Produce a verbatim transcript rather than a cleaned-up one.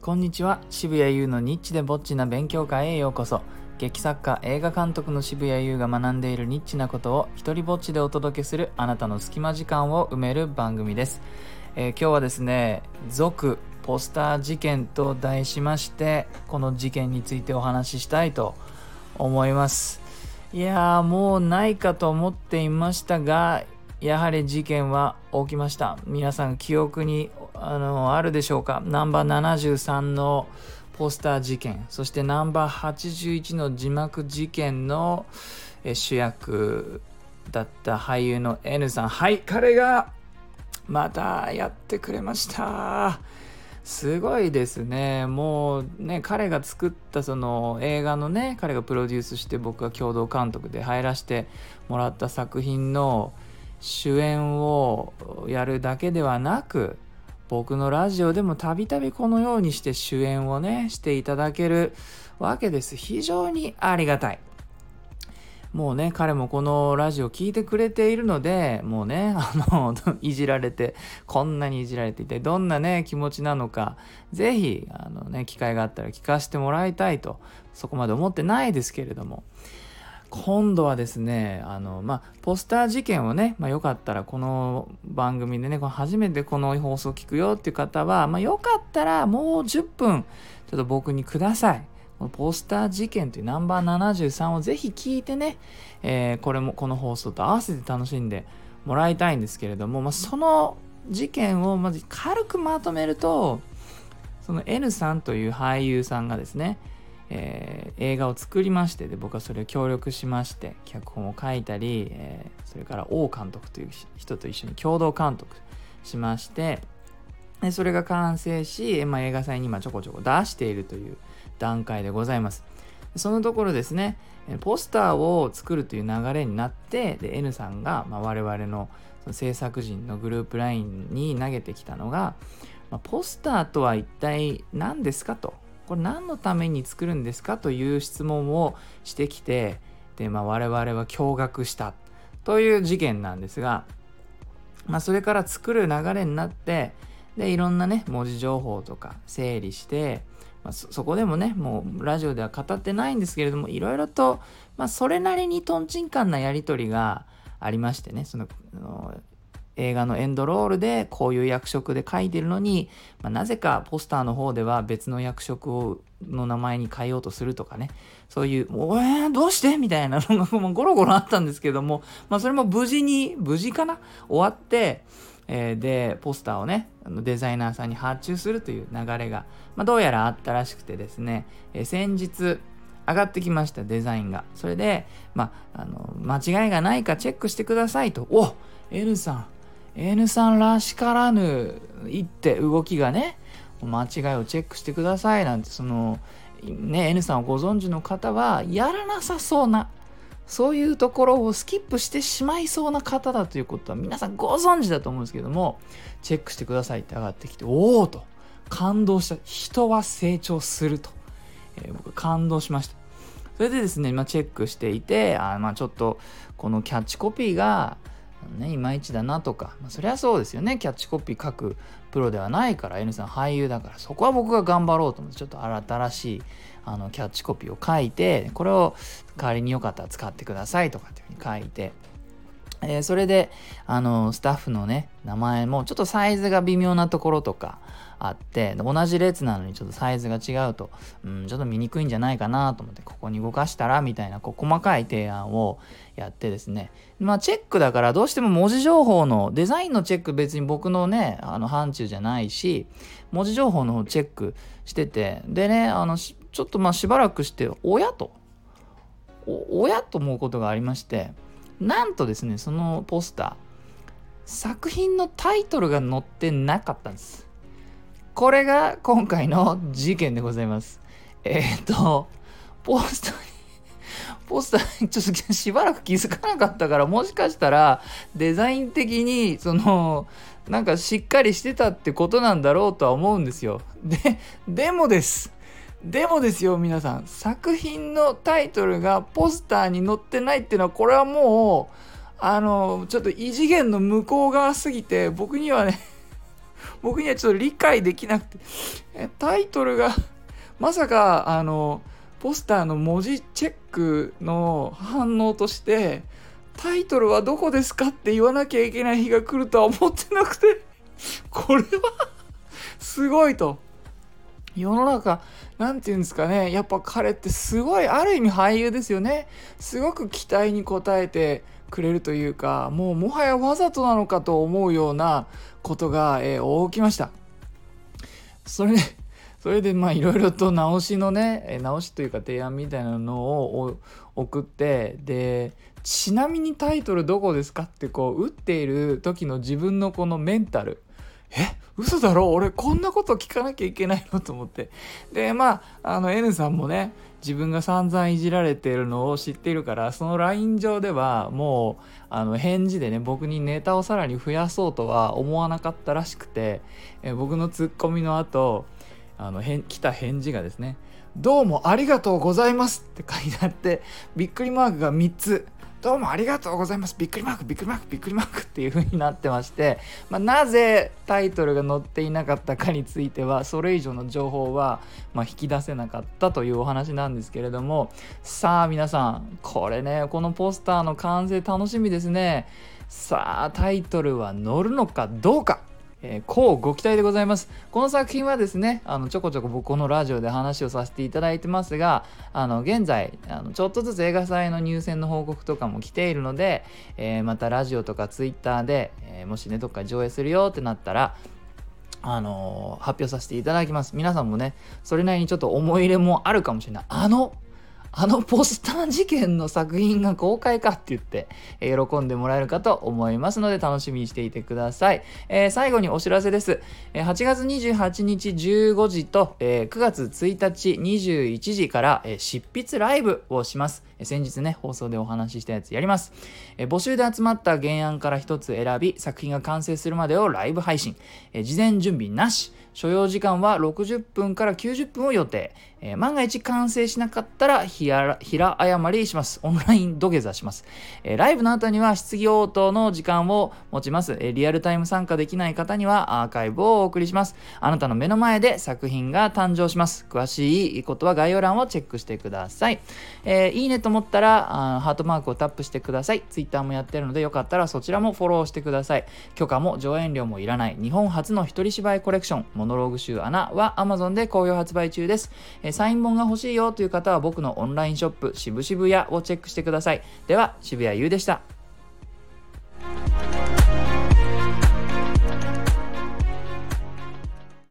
こんにちは。渋谷優のニッチでぼっちな勉強会へようこそ。劇作家、映画監督の渋谷優が学んでいるニッチなことを一人ぼっちでお届けするあなたの隙間時間を埋める番組です。えー、今日はですね、続ポスター事件と題しまして、この事件についてお話ししたいと思います。いやー、もうないかと思っていましたが、やはり事件は起きました。皆さん記憶に あのあるでしょうか。ナンバーななじゅうさんのポスター事件、そしてナンバーはちじゅういちの字幕事件の主役だった俳優の N さん。はい、彼がまたやってくれました。すごいですね。もうね、彼が作ったその映画のね、彼がプロデュースして僕が共同監督で入らせてもらった作品の主演をやるだけではなく、僕のラジオでもたびたびこのようにして主演をねしていただけるわけです。非常にありがたい。もうね、彼もこのラジオ聞いてくれているので、もうね、あのいじられて、こんなにいじられていてどんなね気持ちなのか、ぜひあのね機会があったら聞かせてもらいたいと、そこまで思ってないですけれども、今度はですね、あのまあポスター事件をね、まあ、よかったらこの番組でね、この初めてこの放送を聞くよっていう方は、まあ、よかったらもうじゅっぷんちょっと僕にください。このポスター事件というナンバーななじゅうさんをぜひ聞いてね、えー、これもこの放送と合わせて楽しんでもらいたいんですけれども、まあ、その事件をまず軽くまとめると、その N さんという俳優さんがですね、えー、映画を作りまして、で僕はそれを協力しまして脚本を書いたり、えー、それから王監督という人と一緒に共同監督しまして、でそれが完成し、まあ、映画祭に今ちょこちょこ出しているという段階でございます。そのところですね、ポスターを作るという流れになって、で N さんが、まあ、我々のその制作陣のグループラインに投げてきたのが、まあ、ポスターとは一体何ですかと、これ何のために作るんですかという質問をしてきて、で、まあ、我々は驚愕したという事件なんですが、まあ、それから作る流れになって、でいろんなね文字情報とか整理して、まあ、そ, そこでもね、もうラジオでは語ってないんですけれども、いろいろと、まあ、それなりにトンチンカンなやり取りがありましてね、そのあの映画のエンドロールでこういう役職で書いてるのに、まあ、なぜかポスターの方では別の役職をの名前に変えようとするとかね、そういうおえー、どうしてみたいなのがもうゴロゴロあったんですけども、まあ、それも無事に無事かな終わって、えー、でポスターをねデザイナーさんに発注するという流れが、まあ、どうやらあったらしくてですね、えー、先日上がってきましたデザインが。それで、まあ、あの間違いがないかチェックしてくださいと。お N さんN さんらしからぬ一手動きがね、間違いをチェックしてくださいなんて、そのね N さんをご存知の方はやらなさそうな、そういうところをスキップしてしまいそうな方だということは皆さんご存知だと思うんですけども、チェックしてくださいって上がってきて、おおと感動した。人は成長すると、えー、僕感動しました。それでですね、まあ、チェックしていて、あまあちょっとこのキャッチコピーがね、いまいちだなとか、まあ、そりゃそうですよね。キャッチコピー書くプロではないから、 N さん俳優だから、そこは僕が頑張ろうと思って、ちょっと新しいあのキャッチコピーを書いて、これを代わりによかったら使ってくださいとかっていうふうに書いて、えー、それであのスタッフのね名前もちょっとサイズが微妙なところとかあって、同じ列なのにちょっとサイズが違うと、うん、ちょっと見にくいんじゃないかなと思って、ここに動かしたらみたいなこう細かい提案をやってですね、まあチェックだからどうしても文字情報のデザインのチェック、別に僕のねあの範疇じゃないし、文字情報の方チェックしてて、でねあのちょっとまあしばらくして親とお親と思うことがありまして、なんとですねそのポスター、作品のタイトルが載ってなかったんです。これが今回の事件でございます。えー、っとポスターにポスターにちょっとしばらく気づかなかったから、もしかしたらデザイン的にそのなんかしっかりしてたってことなんだろうとは思うんですよ。ででもですでもですよ皆さん、作品のタイトルがポスターに載ってないっていうのは、これはもうあのちょっと異次元の向こう側すぎて、僕にはね僕にはちょっと理解できなくて、えタイトルがまさかあのポスターの文字チェックの反応としてタイトルはどこですかって言わなきゃいけない日が来るとは思ってなくて、これはすごいと。世の中なんていうんですかね、やっぱ彼ってすごいある意味俳優ですよね。すごく期待に応えてくれるというか、もうもはやわざとなのかと思うようなことが、えー、起きました。それでそれでまあいろいろと直しのね直しというか提案みたいなのを送って、でちなみにタイトルどこですかってこう打っている時の自分のこのメンタル、え嘘だろ俺こんなこと聞かなきゃいけないのと思って、でまああの N さんもね自分が散々いじられているのを知っているから、その ライン 上ではもうあの返事でね僕にネタをさらに増やそうとは思わなかったらしくて、え僕のツッコミの後あのへん来た返事がですね、どうもありがとうございますって書いてあって、びっくりマークがみっつ、どうもありがとうございますびっくりマークびっくりマークびっくりマークっていう風になってまして、まあ、なぜタイトルが載っていなかったかについてはそれ以上の情報はまあ引き出せなかったというお話なんですけれども、さあ皆さんこれねこのポスターの完成楽しみですね。さあタイトルは載るのかどうか、えー、こうご期待でございます。この作品はですねあのちょこちょこ僕このラジオで話をさせていただいてますが、あの現在あのちょっとずつ映画祭の入選の報告とかも来ているので、えー、またラジオとかツイッターで、えー、もしねどっか上映するよってなったらあのー、発表させていただきます。皆さんもねそれなりにちょっと思い入れもあるかもしれない、あのあのポスター事件の作品が公開かって言って、えー、喜んでもらえるかと思いますので楽しみにしていてください。えー、最後にお知らせです。えー、はちがつにじゅうはちにちじゅうごじと、えー、くがつついたちにじゅういちじから、えー、執筆ライブをします。えー、先日ね放送でお話ししたやつやります。えー、募集で集まった原案から一つ選び作品が完成するまでをライブ配信、えー、事前準備なし、所要時間はろくじゅっぷんからきゅうじゅっぷんを予定、えー、万が一完成しなかったら平謝りします。オンライン土下座します。えー、ライブの後には質疑応答の時間を持ちます。えー、リアルタイム参加できない方にはアーカイブをお送りします。あなたの目の前で作品が誕生します。詳しいことは概要欄をチェックしてください。えー、いいねと思ったらあハートマークをタップしてください。ツイッターもやってるのでよかったらそちらもフォローしてください。許可も上演料もいらない日本初の一人芝居コレクションモノローグ集アナは Amazon で好評発売中です。えー、サイン本が欲しいよという方は僕のオンラインショップ渋々屋をチェックしてください。では渋谷優でした。